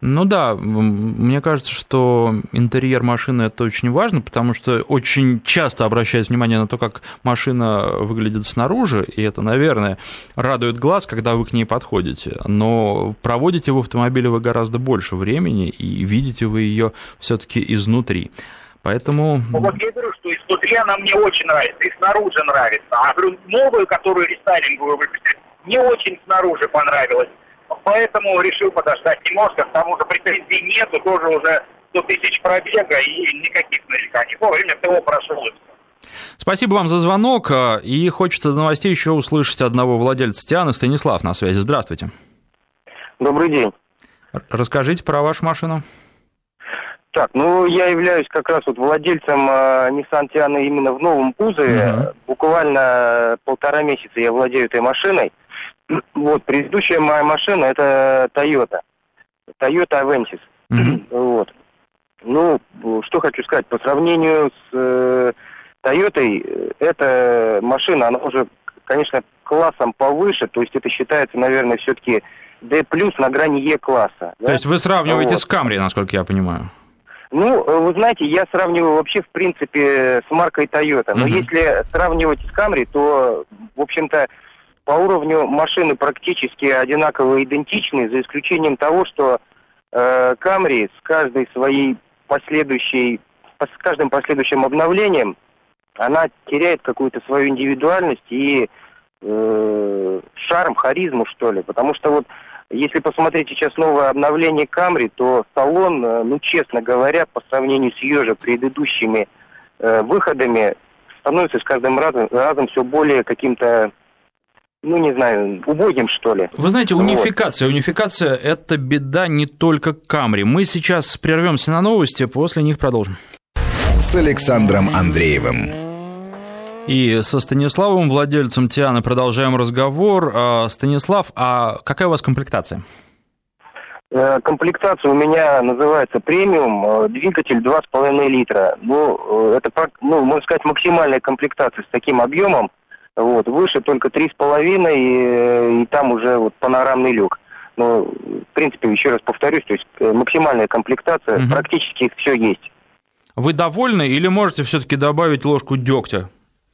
Ну да, мне кажется, что интерьер машины – это очень важно, потому что очень часто обращают внимание на то, как машина выглядит снаружи, и это, наверное, радует глаз, когда вы к ней подходите, но проводите в автомобиле вы гораздо больше времени, и видите вы ее все-таки изнутри. Поэтому... Ну, вот я говорю, что изнутри она мне очень нравится, и снаружи нравится. А говорю, новую, которую рестайлинговую выпустили, мне очень снаружи понравилось. Поэтому решил подождать немножко, к тому же претензий нету, тоже уже сто тысяч пробега и никаких нареканий. Вовремя ТО прошел и все. Спасибо вам за звонок, и хочется до новостей еще услышать одного владельца Тианы. Станислав на связи. Здравствуйте. Добрый день. Расскажите про вашу машину. Так, ну я являюсь как раз вот владельцем э, Nissan Tiana именно в новом кузове. Uh-huh. Буквально полтора месяца я владею этой машиной. Вот, предыдущая моя машина это Toyota. Toyota Avensis. Uh-huh. Вот. Ну, что хочу сказать, по сравнению с э, Toyota, эта машина, она уже, конечно, классом повыше, то есть это считается, наверное, все-таки D+, на грани E-класса. То да? есть вы сравниваете вот. с Camry, насколько я понимаю? Ну, вы знаете, я сравниваю вообще, в принципе, с маркой Toyota. Но uh-huh. если сравнивать с Camry, то, в общем-то, по уровню машины практически одинаково идентичны, за исключением того, что э, Camry с каждой своей последующей, с каждым последующим обновлением, она теряет какую-то свою индивидуальность и э, шарм, харизму, что ли. Потому что вот, если посмотреть сейчас новое обновление Camry, то салон, ну, честно говоря, по сравнению с ее же предыдущими э, выходами, становится с каждым разом, разом все более каким-то, ну, не знаю, убогим, что ли. Вы знаете, унификация. Вот. Унификация – это беда не только Camry. Мы сейчас прервемся на новости, после них продолжим. С Александром Андреевым. И со Станиславом, владельцем Тианы, продолжаем разговор. Станислав, а какая у вас комплектация? Комплектация у меня называется премиум, двигатель два с половиной литра. Ну, это, ну, можно сказать, максимальная комплектация с таким объемом. Вот, выше только три с половиной, и, и там уже вот панорамный люк. Ну, в принципе, еще раз повторюсь, то есть максимальная комплектация, угу. Практически все есть. Вы довольны или можете все-таки добавить ложку дегтя?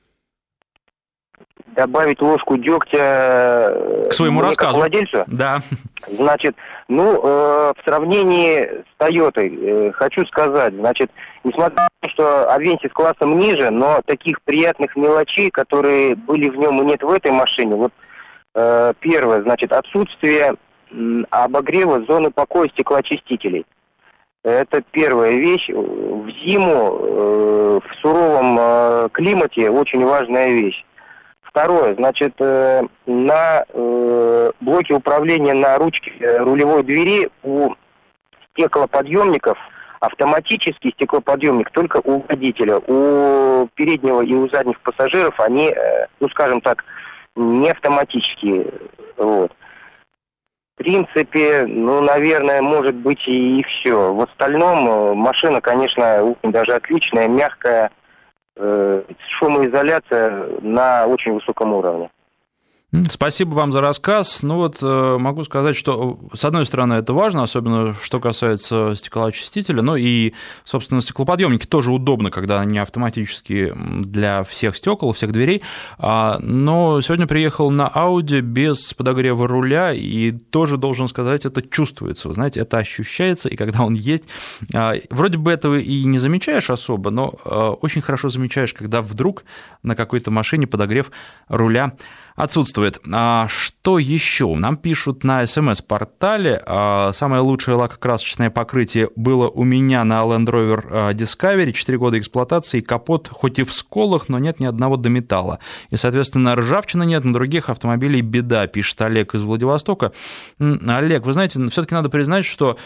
Добавить ложку дегтя к своему рассказу. Как владельцу? Да. Значит, ну, э, в сравнении с Toyota, э, хочу сказать, значит, несмотря на то, что Avensis классом ниже, но таких приятных мелочей, которые были в нем и нет в этой машине, вот э, первое, значит, отсутствие э, обогрева зоны покоя стеклоочистителей. Это первая вещь. В зиму, э, в суровом э, климате очень важная вещь. Второе, значит, э, на э, блоке управления на ручке рулевой двери у стеклоподъемников автоматический стеклоподъемник только у водителя. У переднего и у задних пассажиров они, э, ну, скажем так, не автоматические. Вот. В принципе, ну, наверное, может быть и, и все. В остальном машина, конечно, очень даже отличная, мягкая, э, шумоизоляция на очень высоком уровне. Спасибо вам за рассказ. Ну вот могу сказать, что с одной стороны это важно, особенно что касается стеклоочистителя, ну и, собственно, стеклоподъемники тоже удобно, когда они автоматически для всех стекол, всех дверей, но сегодня приехал на Audi без подогрева руля, и тоже должен сказать, это чувствуется, вы знаете, это ощущается, и когда он есть, вроде бы этого и не замечаешь особо, но очень хорошо замечаешь, когда вдруг на какой-то машине подогрев руля отсутствует. А что еще? Нам пишут на эс эм эс-портале. Самое лучшее лакокрасочное покрытие было у меня на Land Rover Discovery. четыре года эксплуатации, капот хоть и в сколах, но нет ни одного до металла. И, соответственно, ржавчины нет, на других автомобилей беда, пишет Олег из Владивостока. Олег, вы знаете, все-таки надо признать, что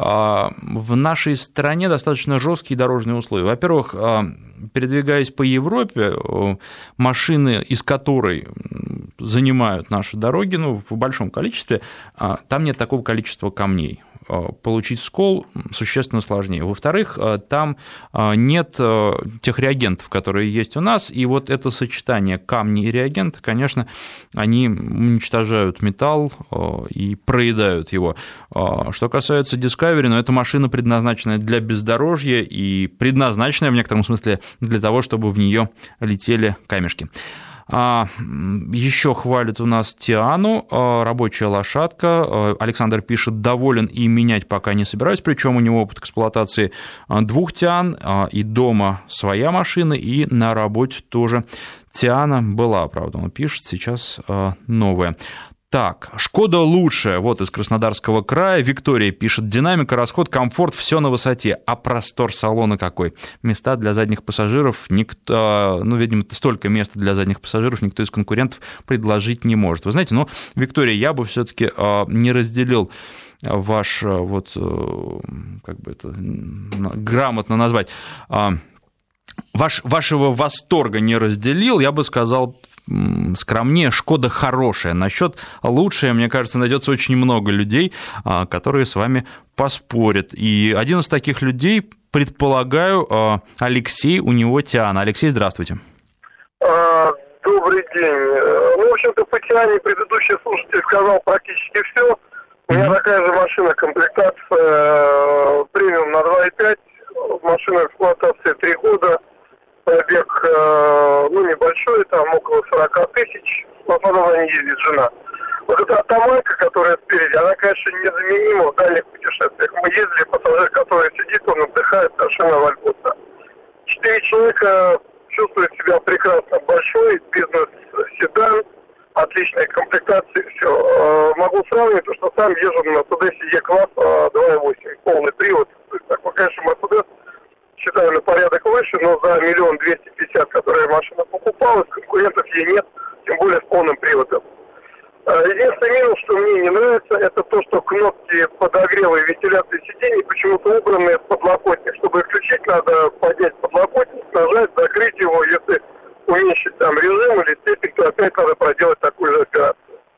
в нашей стране достаточно жесткие дорожные условия. Во-первых, передвигаясь по Европе, машины, из которой занимают наши дороги, ну, в большом количестве, там нет такого количества камней. Получить скол существенно сложнее. Во-вторых, там нет тех реагентов, которые есть у нас, и вот это сочетание камней и реагента, конечно, они уничтожают металл и проедают его. Что касается Discovery, ну, это машина, предназначенная для бездорожья и предназначенная в некотором смысле для того, чтобы в нее летели камешки. А, еще хвалит у нас Тиану, рабочая лошадка. Александр пишет, доволен и менять пока не собираюсь, причем у него опыт эксплуатации двух Тиан, и дома своя машина, и на работе тоже Тиана была, правда, он пишет, сейчас новая. Так, Шкода лучшая, вот из Краснодарского края, Виктория пишет, динамика, расход, комфорт, все на высоте, а простор салона какой. Места для задних пассажиров, никто, ну, видимо, столько места для задних пассажиров никто из конкурентов предложить не может. Вы знаете, ну, Виктория, я бы все-таки не разделил ваш, вот, как бы это грамотно назвать, ваш, вашего восторга не разделил, я бы сказал, скромнее, Шкода хорошая. Насчет лучшее, мне кажется, найдется очень много людей, которые с вами поспорят. И один из таких людей, предполагаю, Алексей, у него Тиана. Алексей, здравствуйте. Добрый день. Ну, в общем-то, по Тиане предыдущий слушатель сказал практически все. У меня такая же машина, комплектация премиум на два и пять, машина эксплуатации три года. Пробег, ну, небольшой, там около сорок тысяч, в основном на ней ездит жена. Вот эта автомойка, которая спереди, она, конечно, незаменима в дальних путешествиях. Мы ездили, пассажир, который сидит, он отдыхает совершенно вольготно. Четыре человека чувствуют себя прекрасно. Большой бизнес-седан, отличная комплектация, все. Могу сравнивать, то, что сам езжу на Mercedes E-класс два и восемь, полный привод. То есть, такой, конечно, Mercedes, считаю, на порядок выше, но за миллион двести пятьдесят, которые машина покупалась, конкурентов ей нет, тем более с полным приводом. Единственный минус, что мне не нравится, это то, что кнопки подогрева и вентиляции сидений почему-то убраны в подлокотник. Чтобы их включить, надо поднять подлокотник, нажать, закрыть его. Если уменьшить там режим или степень, то опять надо проделать такую же операцию.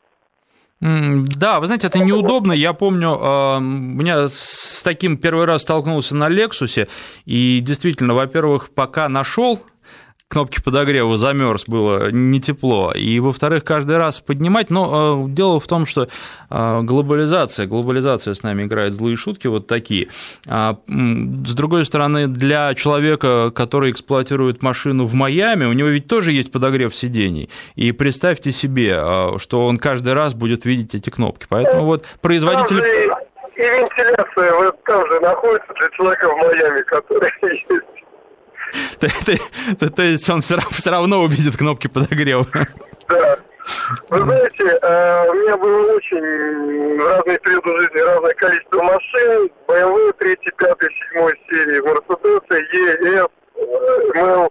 Да, вы знаете, это неудобно. Я помню, у меня с таким первый раз столкнулся на Лексусе, и действительно, во-первых, пока нашел кнопки подогрева, замерз, было не тепло, и, во-вторых, каждый раз поднимать, но дело в том, что глобализация, глобализация с нами играет злые шутки вот такие. С другой стороны, для человека, который эксплуатирует машину в Майами, у него ведь тоже есть подогрев сидений, и представьте себе, что он каждый раз будет видеть эти кнопки, поэтому вот производитель... И вентиляция вот там же находится для человека в Майами, который есть. То, то, то есть он все равно, все равно увидит кнопки подогрева. Да. Вы знаете, у меня было очень в разные периоды жизни разное количество машин. бэ эм вэ три, пять, семь серии, Mercedes, и эс, эм эл,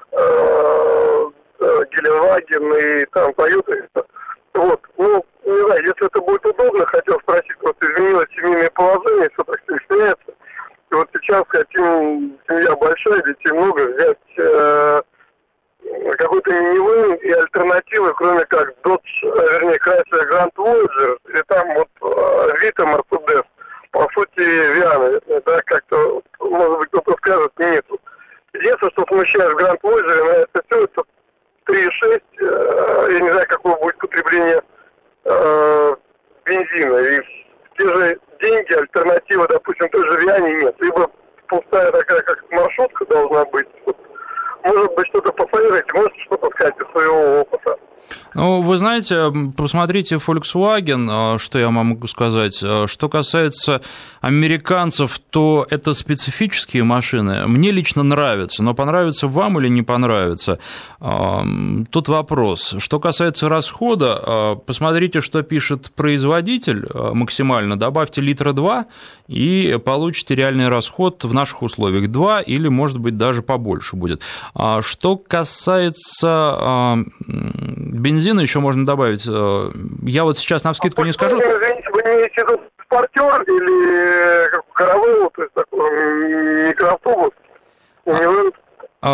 Геленваген и там Toyota. Вот. Ну, не знаю, если это будет удобно, хотел спросить, вот изменилось семейное положение, все так стесняется. И вот сейчас хотим, семья большая, детей много, взять э, какой-то минивэн и альтернативы, кроме как Dodge, вернее, Chrysler Grand Voyager, и там вот Vito Mercedes, по сути, Виана, да, как-то, может быть, кто-то скажет, нету. Единственное, что смущает в Grand Voyager, на это все, это три и шесть, э, я не знаю, какое будет потребление э, бензина, и те же деньги, альтернатива, допустим, той же Виане нет. Либо пустая такая, как маршрутка должна быть. Вот, может быть, что-то посоветуете, можете что-то сказать из своего опыта? Ну, вы знаете, посмотрите Volkswagen, что я вам могу сказать. Что касается американцев, то это специфические машины. Мне лично нравятся, но понравится вам или не понравится, тут вопрос. Что касается расхода, посмотрите, что пишет производитель максимально. Добавьте литра два и получите реальный расход в наших условиях. два или, может быть, даже побольше будет. Что касается бензина, еще можно добавить. Я вот сейчас навскидку а не скажу. Извините, вы имеете в виду спортер или каравелл, то есть такой микроавтобус?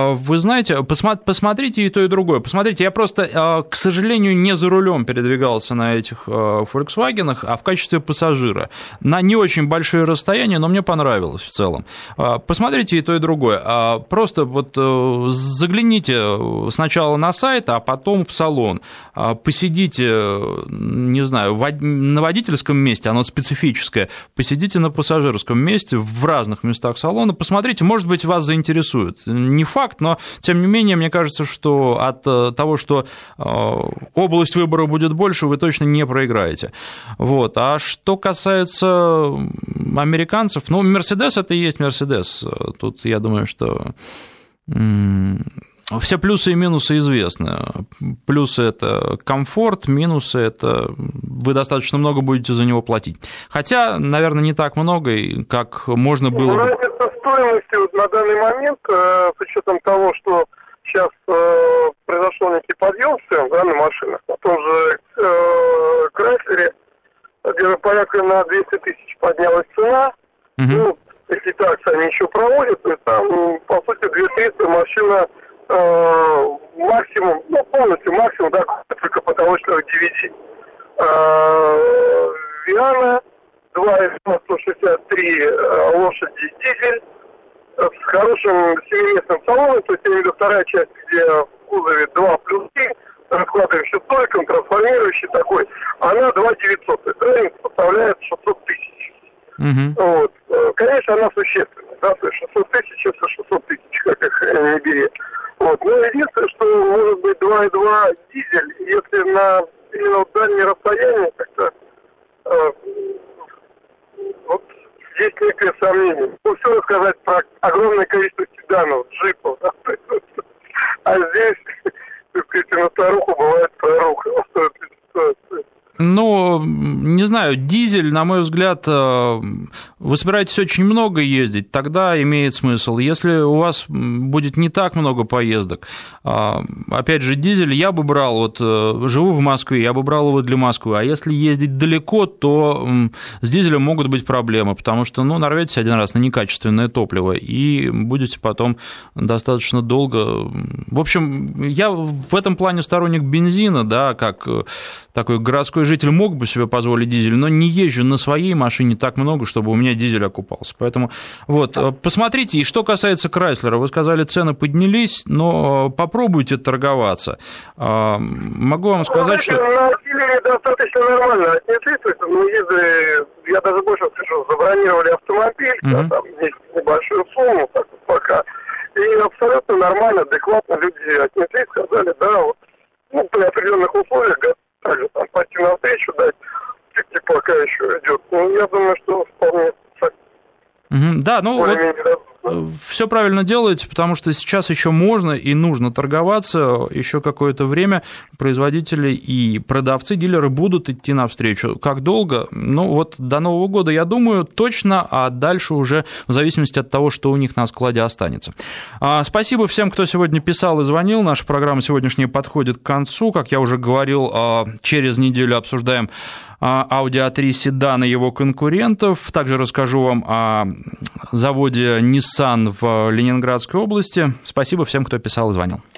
вы знаете, посмотрите и то, и другое. Посмотрите, я просто, к сожалению, не за рулем передвигался на этих Volkswagen, а в качестве пассажира. На не очень большие расстояния, но мне понравилось в целом. Посмотрите и то, и другое. Просто вот загляните сначала на сайт, а потом в салон. Посидите, не знаю, на водительском месте, оно специфическое, посидите на пассажирском месте в разных местах салона, посмотрите, может быть, вас заинтересует. Не факт, но, тем не менее, мне кажется, что от того, что область выбора будет больше, вы точно не проиграете. Вот. А что касается американцев, ну, Мерседес — это и есть Мерседес. Тут, я думаю, что все плюсы и минусы известны. Плюсы — это комфорт, минусы — это вы достаточно много будете за него платить. Хотя, наверное, не так много, как можно было бы. Разница стоимости вот на данный момент, э, с учетом того, что сейчас э, произошел некий подъем цен, да, на машинах, на том же э, Крайслере, где порядка на двести тысяч поднялась цена. Угу. Ну, если таксы они еще проводят, то есть там, по сути, две триста машина максимум, ну, полностью максимум, да, только потолочного ди ви ди. Виана два сто шестьдесят три лошади дизель с хорошим семиместным салоном, то есть я имею в виду вторая часть, где в кузове два плюс три, раскладывающий стойком, трансформирующий такой, она два девятьсот, то есть разница составляет шестьсот тысяч. Uh-huh. Вот. Конечно, она существенная, да, то есть шестьсот тысяч, это шестьсот тысяч, как их не бери. Вот. Но единственное, что может быть два и два дизель, если на именно дальние расстояния, как-то э, вот есть некое сомнение. Ну, все рассказать про огромное количество седанов, джипов, да? А здесь, так сказать, на старуху бывает проруха. Ну, не знаю, дизель, на мой взгляд, вы собираетесь очень много ездить, тогда имеет смысл. Если у вас будет не так много поездок, опять же, дизель я бы брал, вот живу в Москве, я бы брал его для Москвы, а если ездить далеко, то с дизелем могут быть проблемы, потому что, ну, нарветесь один раз на некачественное топливо и будете потом достаточно долго... В общем, я в этом плане сторонник бензина, да, как такой городской житель мог бы себе позволить дизель, но не езжу на своей машине так много, чтобы у меня дизель окупался. Поэтому вот, посмотрите. И что касается Крайслера, вы сказали, цены поднялись, но попробуйте торговаться. Могу вам сказать, что... На Севере достаточно нормально отнеслись, то есть мы ездили, я даже больше скажу, забронировали автомобиль, uh-huh. да, там есть небольшую сумму, так вот пока, и абсолютно нормально, адекватно люди отнеслись, сказали, да, вот, ну, при определенных условиях также там пойти навстречу, дать, типа, пока еще идет. Ну, я думаю, что вполне так. Угу, да, ну вот все правильно делаете, потому что сейчас еще можно и нужно торговаться, еще какое-то время производители и продавцы, дилеры будут идти навстречу. Как долго? Ну вот до Нового года, я думаю, точно, а дальше уже в зависимости от того, что у них на складе останется. Спасибо всем, кто сегодня писал и звонил. Наша программа сегодняшняя подходит к концу. Как я уже говорил, через неделю обсуждаем Audi а три седан и его конкурентов. Также расскажу вам о заводе Nissan в Ленинградской области. Спасибо всем, кто писал и звонил.